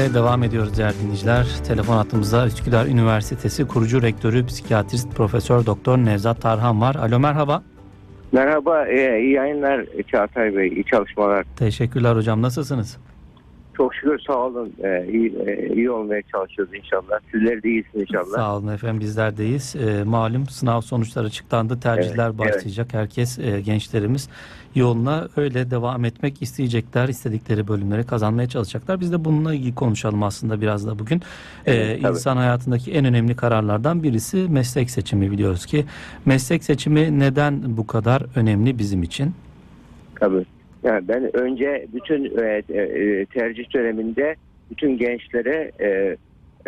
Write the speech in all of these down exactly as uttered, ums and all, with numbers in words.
ve devam ediyoruz değerli dinleyiciler. Telefon hattımızda Üsküdar Üniversitesi kurucu rektörü psikiyatrist Profesör Doktor Nevzat Tarhan var. Alo, merhaba. Merhaba, iyi yayınlar Çağatay Bey, iyi çalışmalar. Teşekkürler hocam, nasılsınız? Çok şükür, sağ olun. İyi, iyi olmaya çalışıyoruz inşallah. Sizler de iyisiniz inşallah. Sağ olun efendim, bizler deyiz. E, malum sınav sonuçları açıklandı, tercihler evet, başlayacak. Evet. Herkes, e, gençlerimiz yoluna öyle devam etmek isteyecekler. İstedikleri bölümleri kazanmaya çalışacaklar. Biz de bununla ilgili konuşalım aslında biraz da bugün. Evet, e, insan hayatındaki en önemli kararlardan birisi meslek seçimi, biliyoruz ki. Meslek seçimi neden bu kadar önemli bizim için? Tabii. Yani ben önce bütün e, e, tercih döneminde bütün gençlere e,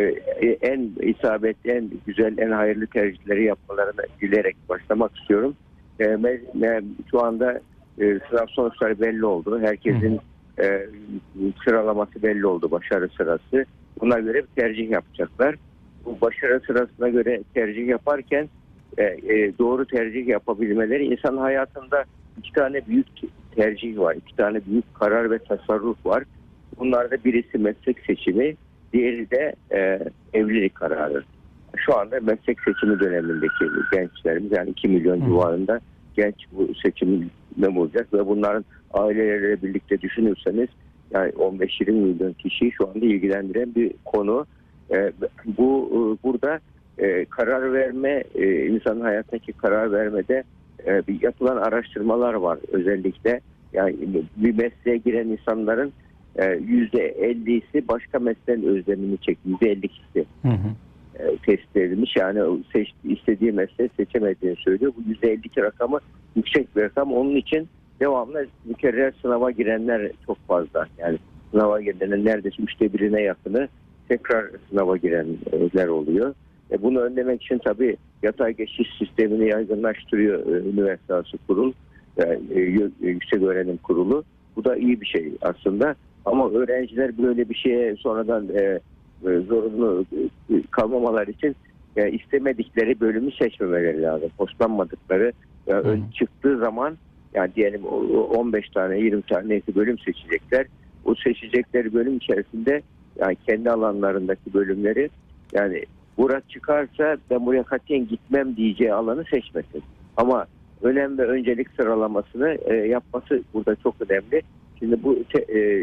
e, en isabetli, en güzel, en hayırlı tercihleri yapmalarını dilerek başlamak istiyorum. E, me, şu anda e, sınav sonuçları belli oldu. Herkesin e, sıralaması belli oldu, başarı sırası. Buna göre bir tercih yapacaklar. Bu başarı sırasına göre tercih yaparken e, e, doğru tercih yapabilmeleri, insan hayatında iki tane büyük tercih var. İki tane büyük karar ve tasarruf var. Bunlarda birisi meslek seçimi, diğeri de e, evlilik kararı. Şu anda meslek seçimi dönemindeki gençlerimiz, yani iki milyon civarında genç bu seçimde olacak ve bunların aileleriyle birlikte düşünürseniz yani on beş yirmi milyon kişiyi şu anda ilgilendiren bir konu. E, bu e, burada e, karar verme, e, insanın hayatındaki karar vermede e, bir yapılan araştırmalar var. Özellikle yani bir mesleğe giren insanların yüzde ellisi başka mesleğin özlemini çekiyor. yüzde elli kişi e, tespit edilmiş. Yani seç, istediği mesleği seçemediğini söylüyor. Bu yüzde elli iki rakamı yüksek bir rakam. Onun için devamlı mükerrer sınava girenler çok fazla. Yani sınava girenlerin neredeyse üçte birine yakını tekrar sınava girenler oluyor. E, bunu önlemek için tabii yatay geçiş sistemini yaygınlaştırıyor e, üniversite arası kurul, yani, e, yüksek öğrenim kurulu. Bu da iyi bir şey aslında. Ama öğrenciler böyle bir şeye sonradan e, e, zorunlu e, kalmamalar için e, istemedikleri bölümü seçmemeleri lazım. Hoşlanmadıkları e, ön çıktığı zaman, yani diyelim on beş tane yirmi tane neyse bölüm seçecekler. O seçecekleri bölüm içerisinde yani kendi alanlarındaki bölümleri, yani burası çıkarsa ben buraya katiyen gitmem diyeceği alanı seçmesin. Ama önem ve öncelik sıralamasını e, yapması burada çok önemli. Şimdi bu te, e,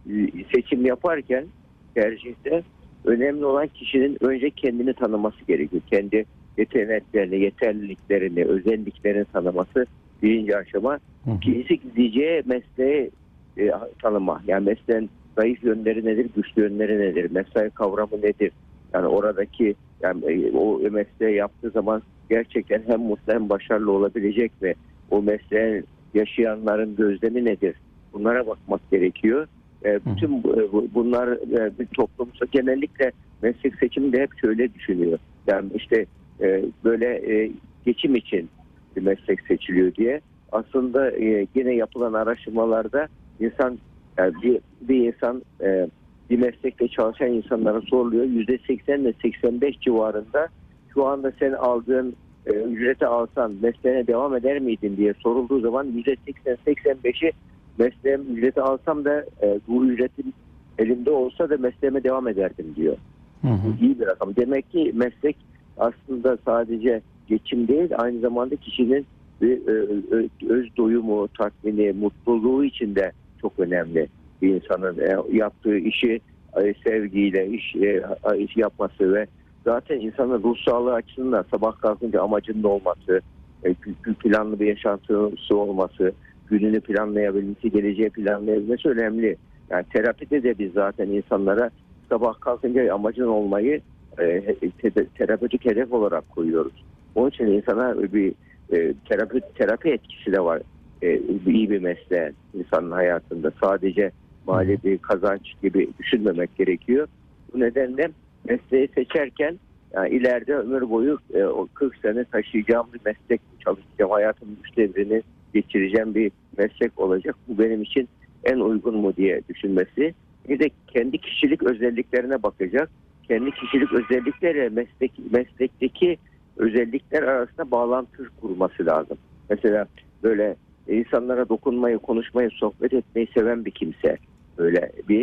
seçim yaparken tercihte önemli olan kişinin önce kendini tanıması gerekiyor. Kendi yeteneklerini, yeterliliklerini, özelliklerini tanıması birinci aşama. İkincisi gideceği mesleği e, tanıma. Yani mesleğin zayıf yönleri nedir, güçlü yönleri nedir, mesai kavramı nedir? Yani oradaki, yani o mesleği yaptığı zaman gerçekten hem mutlu hem başarılı olabilecek ve o mesleğin yaşayanların gözlemi nedir? Bunlara bakmak gerekiyor. E, bütün bu, bunlar e, bir toplumsa genellikle meslek seçimi de hep şöyle düşünüyor. Yani işte e, böyle e, geçim için bir meslek seçiliyor diye. Aslında e, yine yapılan araştırmalarda insan, yani bir, bir insan e, bir meslekte çalışan insanlara soruluyor. yüzde seksen ile seksen beş civarında şu anda sen aldığın e, ücreti alsan mesleğine devam eder miydin diye sorulduğu zaman yüzde seksen seksen beşi mesleğim ücreti alsam da e, bu ücretim elimde olsa da mesleğime devam ederdim diyor. Hı hı. Bu iyi bir rakam. Demek ki meslek aslında sadece geçim değil, aynı zamanda kişinin bir, e, öz doyumu, tatmini, mutluluğu için de çok önemli. Bir insanın e, yaptığı işi e, sevgiyle iş, e, iş yapması ve zaten insanın ruh sağlığı açısından sabah kalkınca amacının olması, e, planlı bir yaşantısı olması, gününü planlayabilmesi, geleceği planlayabilmesi önemli. Yani terapide de biz zaten insanlara sabah kalkınca amacın olmayı e, te, terapötik hedef olarak koyuyoruz. Onun için insana bir e, terapi, terapi etkisi de var. E, iyi bir mesleğin insanın hayatında. Sadece mali bir kazanç gibi düşünmemek gerekiyor. Bu nedenle mesleği seçerken yani ileride ömür boyu e, o kırk sene taşıyacağım bir meslek, çalışacağım, hayatımın üçte birini geçireceğim bir meslek olacak. Bu benim için en uygun mu diye düşünmesi. Bir de kendi kişilik özelliklerine bakacak. Kendi kişilik özellikleri meslek, meslekteki özellikler arasında bağlantı kurması lazım. Mesela böyle insanlara dokunmayı, konuşmayı, sohbet etmeyi seven bir kimse. Böyle bir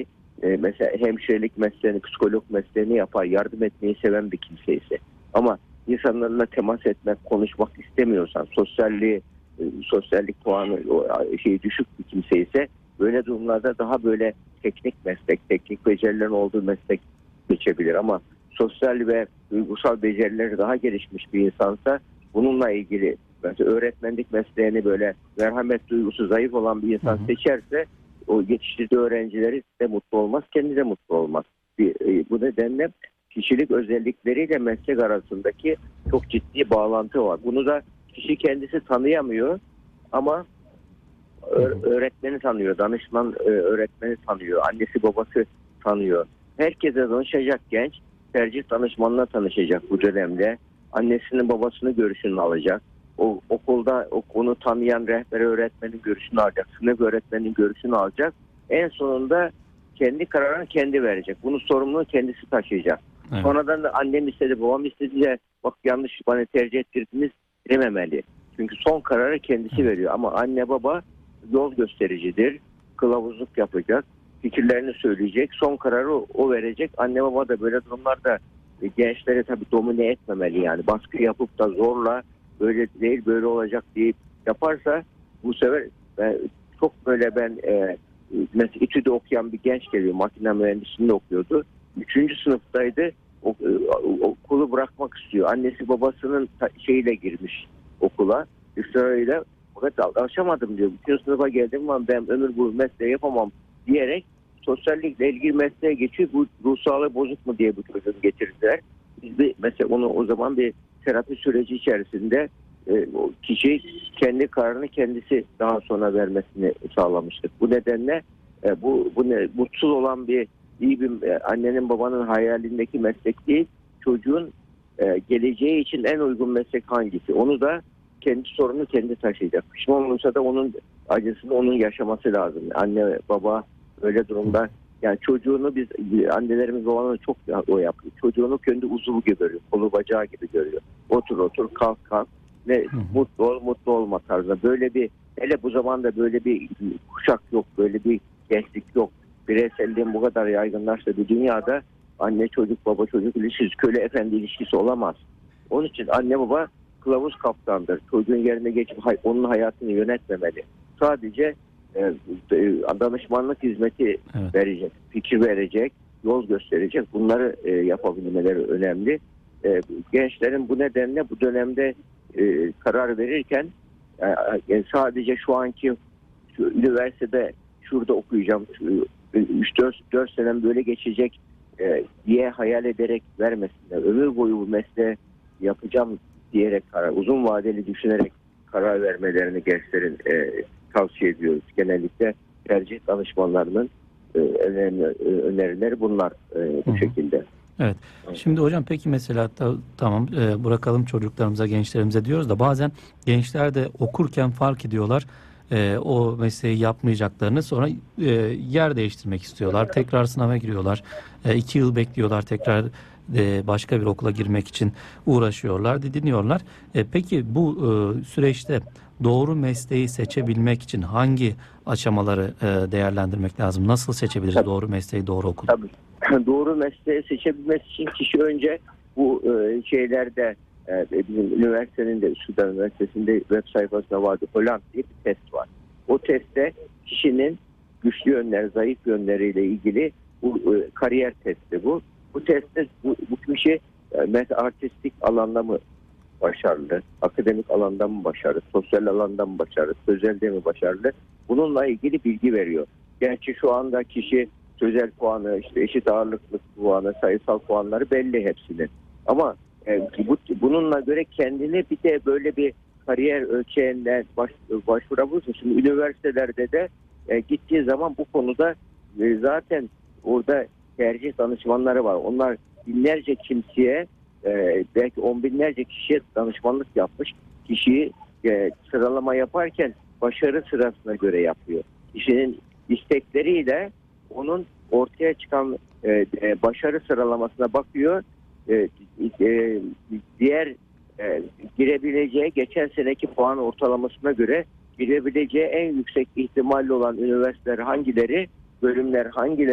e, mesela hemşirelik mesleğini, psikolog mesleğini yapar, yardım etmeyi seven bir kimse ise, ama insanlarla temas etmek, konuşmak istemiyorsan, sosyalliği, e, sosyallik puanı o, şey düşük bir kimse ise, böyle durumlarda daha böyle teknik meslek, teknik becerilerin olduğu meslek geçebilir. Ama sosyal ve duygusal becerileri daha gelişmiş bir insansa, bununla ilgili mesela öğretmenlik mesleğini böyle merhamet duygusu zayıf olan bir insan hı hı. seçerse, o yetiştirdiği öğrencileri de mutlu olmaz, kendi de mutlu olmaz. Bir, e, bu nedenle kişilik özellikleriyle meslek arasındaki çok ciddi bağlantı var. Bunu da kişi kendisi tanıyamıyor ama öğretmeni tanıyor, danışman öğretmeni tanıyor, annesi babası tanıyor. Herkese danışacak genç, tercih danışmanına tanışacak bu dönemde. Annesinin babasının görüşünü alacak. O okulda o konu tanıyan rehber öğretmenin görüşünü alacak. Sınıf öğretmenin görüşünü alacak. En sonunda kendi kararını kendi verecek. Bunun sorumluluğunu kendisi taşıyacak. Evet. Sonradan da annem istedi, babam istedi de bak yanlış bana tercih ettirdiniz dememeli. Çünkü son kararı kendisi evet. veriyor. Ama anne baba yol göstericidir. Kılavuzluk yapacak. Fikirlerini söyleyecek. Son kararı o verecek. Anne baba da böyle durumlarda gençleri tabii domine etmemeli yani. Baskı yapıp da zorla böyle değil böyle olacak deyip yaparsa, bu sefer ben, çok böyle ben e, mesela İTÜ'de okuyan bir genç geliyor. Makine mühendisliğinde okuyordu. Üçüncü sınıftaydı. O, o, okulu bırakmak istiyor. Annesi babasının ta, şeyiyle girmiş okula. Israrıyla. Fakat alışamadım diyor. Bütün sınıfa geldim ama ben ömür boyu mesleği yapamam diyerek sosyallikle ilgili mesleğe geçiyor. Bu ruh sağlığı bozuk mu diye bu çocuğu getirdiler. Biz de mesela onu o zaman bir terapi süreci içerisinde e, o kişi kendi kararını kendisi daha sonra vermesini sağlamıştık. Bu nedenle e, bu bu ne, mutsuz olan bir iyi bir e, annenin babanın hayalindeki meslek değil, çocuğun e, geleceği için en uygun meslek hangisi? Onu da kendi sorunu kendi taşıyacak. Pişman olursa da onun acısını onun yaşaması lazım. Anne baba öyle durumda, yani çocuğunu biz annelerimiz babalarımız çok o yapıyor. Çocuğunu kendi uzuvu gibi görüyor. Kolu bacağı gibi görüyor. Otur otur kalk kalk. Ne hı hı. mutlu ol mutlu olma tarzında. Böyle bir, hele bu zamanda böyle bir kuşak yok. Böyle bir gençlik yok. Bireyselliğin bu kadar yaygınlaştığı bir dünyada anne çocuk baba çocuk ilişkisi, köle efendi ilişkisi olamaz. Onun için anne baba kılavuz kaptandır. Çocuğun yerine geçip onun hayatını yönetmemeli. Sadece e, danışmanlık hizmeti evet. verecek, fikir verecek, yol gösterecek. Bunları e, yapabilmeleri önemli. E, gençlerin bu nedenle bu dönemde e, karar verirken e, sadece şu anki şu üniversitede şurada okuyacağım, üç dört senem böyle geçecek e, diye hayal ederek vermesinler. Ömür boyu bu mesleği yapacağım diyerek karar, uzun vadeli düşünerek karar vermelerini gençlerin e, tavsiye ediyoruz. Genellikle tercih danışmanlarının e, önemli e, önerileri bunlar e, bu Hı-hı. şekilde. Evet. Şimdi hocam peki mesela ta, tamam e, bırakalım çocuklarımıza, gençlerimize diyoruz da bazen gençler de okurken fark ediyorlar e, o mesleği yapmayacaklarını, sonra e, yer değiştirmek istiyorlar. Tekrar sınava giriyorlar. E, iki yıl bekliyorlar, tekrar e, başka bir okula girmek için uğraşıyorlar, didiniyorlar. E, peki bu e, süreçte doğru mesleği seçebilmek için hangi aşamaları e, değerlendirmek lazım? Nasıl seçebiliriz Tabii. doğru mesleği, doğru okulu? Tabii. Doğru mesleği seçebilmesi için kişi önce bu e, şeylerde e, bizim üniversitenin de Üsküdar Üniversitesi'nde web sayfasında vardı. Holland diye bir test var. O testte kişinin güçlü yönler, zayıf yönleriyle ilgili bu e, kariyer testi bu. Bu testte bu, bu kişi e, mesela artistik alanda mı başarılı, akademik alanda mı başarılı, sosyal alanda mı başarılı, sözelde mi başarılı? Bununla ilgili bilgi veriyor. Gerçi şu anda kişi sözel puanı, işte eşit ağırlıklı puanı, sayısal puanları belli hepsinin. Ama e, bu, bununla göre kendini bir de böyle bir kariyer ölçeğinden baş, başvurabilirsin. Şimdi üniversitelerde de e, gittiği zaman bu konuda e, zaten orada tercih danışmanları var. Onlar binlerce kimseye, e, belki on binlerce kişiye danışmanlık yapmış. Kişiyi e, sıralama yaparken başarı sırasına göre yapıyor. Kişinin istekleriyle onun ortaya çıkan e, e, başarı sıralamasına bakıyor. E, e, diğer e, girebileceği geçen seneki puan ortalamasına göre girebileceği en yüksek ihtimalli olan üniversiteler hangileri, bölümler hangileri,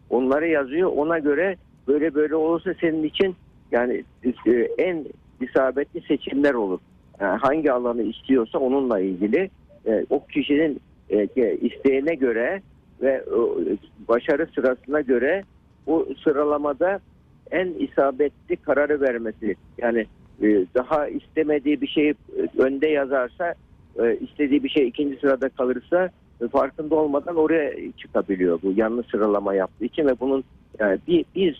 onları yazıyor. Ona göre böyle böyle olursa senin için yani e, en isabetli seçimler olur. Yani hangi alanı istiyorsa onunla ilgili e, o kişinin e, isteğine göre ve e, başarı sırasına göre bu sıralamada en isabetli kararı vermesi. Yani e, daha istemediği bir şeyi önde yazarsa, e, istediği bir şey ikinci sırada kalırsa e, farkında olmadan oraya çıkabiliyor bu yanlış sıralama yaptığı için ve bunun yani bir bir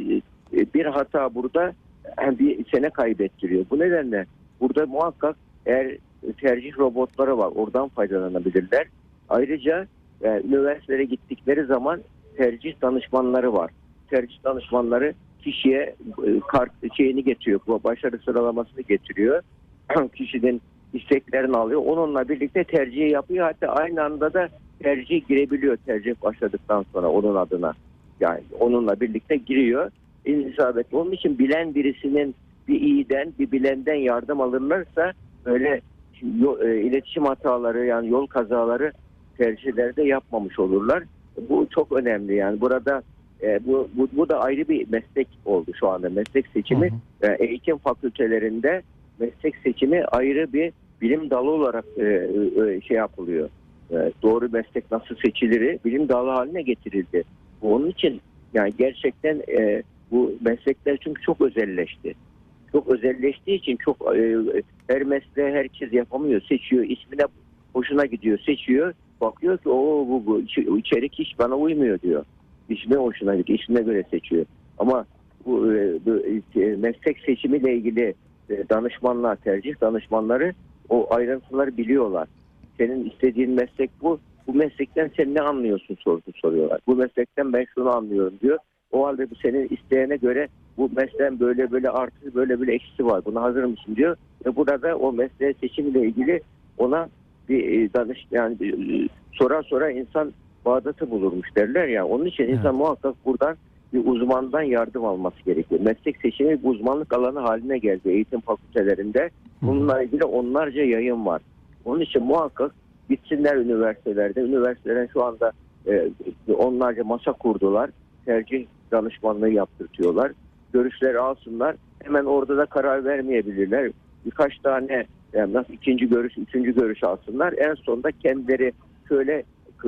e, bir hata burada yani bir sene kaybettiriyor. Bu nedenle burada muhakkak eğer tercih robotları var, oradan faydalanabilirler. Ayrıca e, üniversitelere gittikleri zaman tercih danışmanları var. Tercih danışmanları kişiye e, kart şeyini getiriyor, bu başarı sıralamasını getiriyor. Kişinin isteklerini alıyor. Onunla birlikte tercihi yapıyor. Hatta aynı anda da tercih girebiliyor tercih başladıktan sonra onun adına. Yani onunla birlikte giriyor. En isabetli. Onun için bilen birisinin bir iyiden, bir bilenden yardım alırlarsa böyle yol, e, iletişim hataları yani yol kazaları tercihlerde yapmamış olurlar. Bu çok önemli yani burada e, bu, bu bu da ayrı bir meslek oldu şu anda meslek seçimi. Hı hı. E, eğitim fakültelerinde meslek seçimi ayrı bir bilim dalı olarak e, e, şey yapılıyor. E, doğru meslek nasıl seçilir bilim dalı haline getirildi. Bu onun için yani gerçekten e, bu meslekler çünkü çok özelleşti. Çok özelleştiği için çok e, her mesleği herkes yapamıyor. Seçiyor, ismine hoşuna gidiyor, seçiyor. Bakıyor ki o bu, bu içerik hiç bana uymuyor diyor. İsmi hoşuna gidiyor, ismine göre seçiyor. Ama bu, bu meslek seçimiyle ilgili danışmanlar, tercih danışmanları o ayrıntıları biliyorlar. Senin istediğin meslek bu. Bu meslekten sen ne anlıyorsun sorusunu soruyorlar. Bu meslekten ben şunu anlıyorum diyor. O halde bu senin isteğine göre bu mesleğin böyle böyle artı böyle böyle eksisi var. Buna hazır mısın diyor. Ve burada o mesleğe seçimiyle ilgili ona bir danış yani bir, sonra sonra insan bağdatı bulurmuş derler ya. Onun için insan evet. muhakkak buradan bir uzmandan yardım alması gerekiyor. Meslek seçimi bir uzmanlık alanı haline geldi eğitim fakültelerinde. Bununla ilgili onlarca yayın var. Onun için muhakkak gitsinler üniversitelerde. Üniversitelerin şu anda e, onlarca masa kurdular. Tercih danışmanlığı yaptırtıyorlar. Görüşleri alsınlar. Hemen orada da karar vermeyebilirler. Birkaç tane yani nasıl ikinci görüş, üçüncü görüş alsınlar. En sonunda kendileri şöyle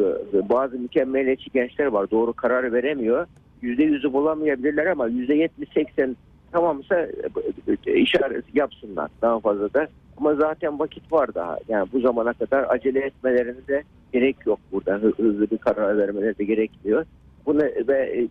bazı mükemmeliyetçi gençler var. Doğru karar veremiyor. Yüzde yüzü bulamayabilirler ama yüzde yetmiş seksen tamamsa işaret yapsınlar daha fazla da. Ama zaten vakit var daha. Yani bu zamana kadar acele etmelerine de gerek yok burada. Hızlı bir karar vermeleri de gerekmiyor. Bunu ve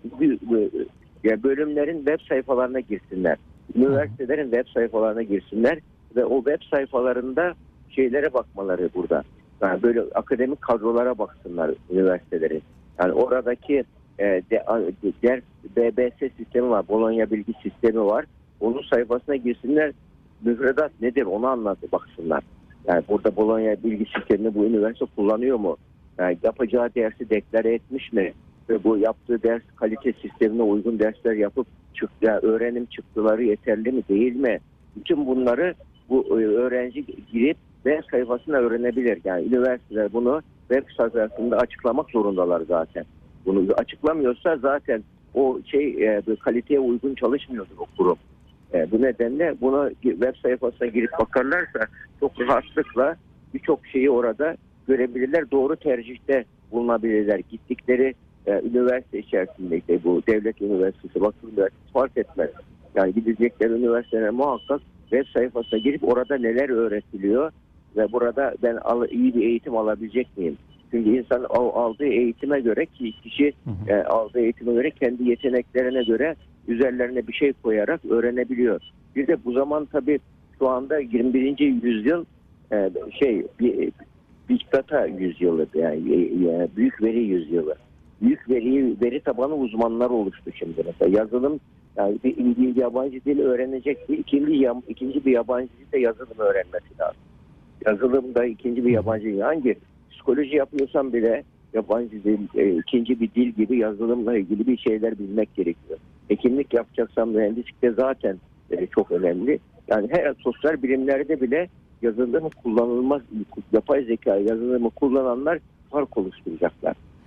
yani bölümlerin web sayfalarına girsinler. Üniversitelerin web sayfalarına girsinler ve o web sayfalarında şeylere bakmaları burada. Yani böyle akademik kadrolara baksınlar üniversitelerin. Yani oradaki e, de, ders B B S sistemi var. Bologna bilgi sistemi var. Onun sayfasına girsinler. Müfredat nedir onu anlatı baksınlar. Yani burada Bologna bilgi sistemini bu üniversite kullanıyor mu? Yani yapacağı dersi deklare etmiş mi? Ve bu yaptığı ders kalite sistemine uygun dersler yapıp çık, yani öğrenim çıktıları yeterli mi değil mi? Bütün bunları bu öğrenci girip web sayfasına öğrenebilir. Yani üniversiteler bunu web sayfasında açıklamak zorundalar zaten. Bunu açıklamıyorsa zaten o şey e, kaliteye uygun çalışmıyordur o kurum. E, bu nedenle buna web sayfasına girip bakarlarsa çok rahatlıkla birçok şeyi orada görebilirler. Doğru tercihte bulunabilirler. Gittikleri e, üniversite içerisinde bu devlet üniversitesi, vakıf üniversitesi fark etmez. Yani gidecekleri üniversitelere muhakkak web sayfasına girip orada neler öğretiliyor ve burada ben al, iyi bir eğitim alabilecek miyim? Çünkü insan aldığı eğitime göre ki kişi hı hı. E, aldığı eğitime göre kendi yeteneklerine göre üzerlerine bir şey koyarak öğrenebiliyor. Bir de bu zaman tabii şu anda yirmi birinci yüzyıl e, şey bir Big Data yüzyılı yani, yani büyük veri yüzyılı. Büyük veri veri tabanı uzmanlar oluştu şimdi mesela. Yazılım yani bir İngilizce yabancı dil öğrenecek bir ikinci ikinci bir yabancı dil de yazılım öğrenmesi lazım. Yazılımda ikinci bir yabancı dil hangi psikoloji yapıyorsan bile yabancı dil e, ikinci bir dil gibi yazılımla ilgili bir şeyler bilmek gerekiyor. Hekimlik yapacaksan mühendislikte zaten e, çok önemli. Yani her sosyal bilimlerde bile yazılımı kullanılmaz yapay zeka yazılımı kullananlar fark oluşturacaklar.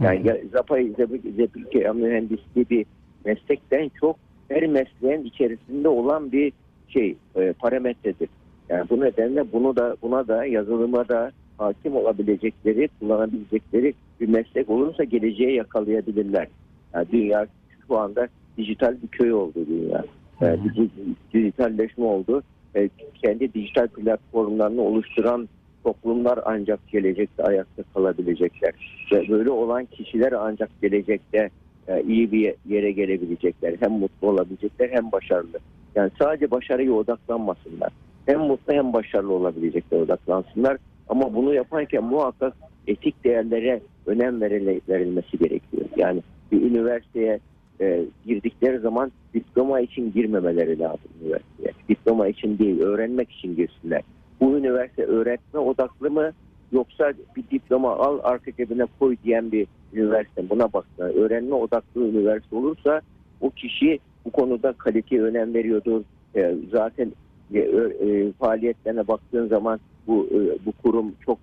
Yani ya, yapay zeka mühendisliği bir meslekten çok her mesleğin içerisinde olan bir şey, e, parametredir. Yani bu nedenle bunu da buna da yazılıma da hakim olabilecekleri, kullanabilecekleri bir meslek olursa geleceğe yakalayabilirler. Yani dünya şu anda dijital bir köy oldu dünya. Yani dijitalleşme oldu. E, kendi dijital platformlarını oluşturan toplumlar ancak gelecekte ayakta kalabilecekler. Ve böyle olan kişiler ancak gelecekte e, iyi bir yere gelebilecekler. Hem mutlu olabilecekler hem başarılı. Yani sadece başarıya odaklanmasınlar. Hem mutlu hem başarılı olabilecekler odaklansınlar. Ama bunu yaparken muhakkak etik değerlere önem verilmesi gerekiyor. Yani bir üniversiteye e, girdikleri zaman diploma için girmemeleri lazım üniversiteye. Diploma için değil, öğrenmek için girsinler. Bu üniversite öğretme odaklı mı yoksa bir diploma al arka cebine koy diyen bir üniversite, buna baksınlar. Öğrenme odaklı üniversite olursa o kişi bu konuda kaliteye önem veriyordur. E, zaten e, e, faaliyetlerine baktığın zaman bu e, bu kurum çok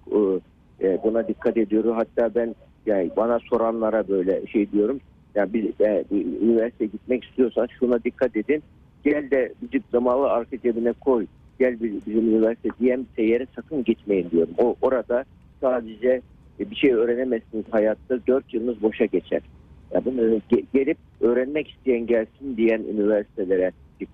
e, buna dikkat ediyor. Hatta ben yani bana soranlara böyle şey diyorum. Yani bir, e, bir üniversiteye gitmek istiyorsan şuna dikkat edin. Gel de bir diplomalı arka cebine koy. Gel bizim üniversite diyen bir yere sakın gitmeyin diyorum. O orada sadece bir şey öğrenemezsiniz hayatta. Dört yılınız boşa geçer. Yani bunu gelip öğrenmek isteyen gelsin diyen üniversitelere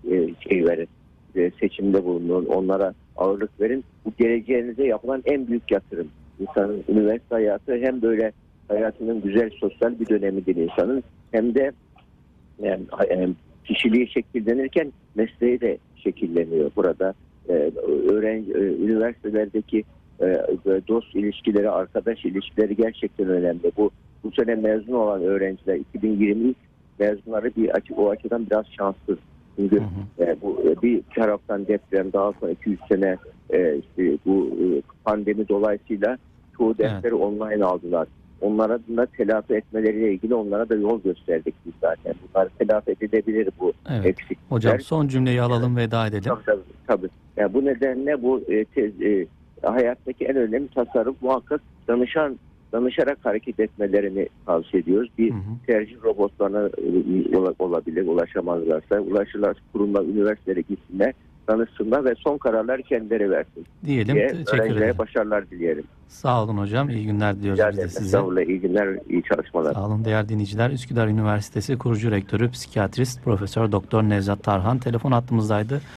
şey verin. Seçimde bulunun. Onlara ağırlık verin. Bu geleceğinize yapılan en büyük yatırım. İnsanın üniversite hayatı hem böyle hayatının güzel sosyal bir dönemidir insanın, hem de yani, yani kişiliği şekillenirken mesleği de şekilleniyor. Burada e, öğrenci e, üniversitelerdeki e, dost ilişkileri, arkadaş ilişkileri gerçekten önemli. Bu bu sene mezun olan öğrenciler iki bin yirmi üç mezunları bir açı, o açıdan biraz şanssız. Çünkü hı hı. E, bu e, bir taraftan deprem, daha sonra iki üç sene e, işte bu e, pandemi dolayısıyla çoğu dersleri evet. online aldılar. Onlara da telafi etmeleriyle ilgili onlara da yol gösterdik biz zaten. Bunlar telafi edilebilir bu evet. eksiklikler. Hocam son cümleyi alalım, veda edelim. Tabii tabii. tabii. Yani bu nedenle bu e, tez, e, hayattaki en önemli tasarruf muhakkak danışan danışarak hareket etmelerini tavsiye ediyoruz. Bir hı hı. tercih robotlarına e, olabilir, ulaşamazlarsa ulaşırlar, kurumlar, üniversitelere gitsinler, danışsınlar ve son kararlar kendileri versin. Diyelim, diye teşekkür ederim. Başarılar dileyelim. Sağ olun hocam. İyi günler diliyoruz Rica biz de ederim. size. Sağ olun. İyi günler, iyi çalışmalar. Sağ olun değerli dinleyiciler. Üsküdar Üniversitesi kurucu rektörü, psikiyatrist Profesör Doktor Nevzat Tarhan telefon hattımızdaydı.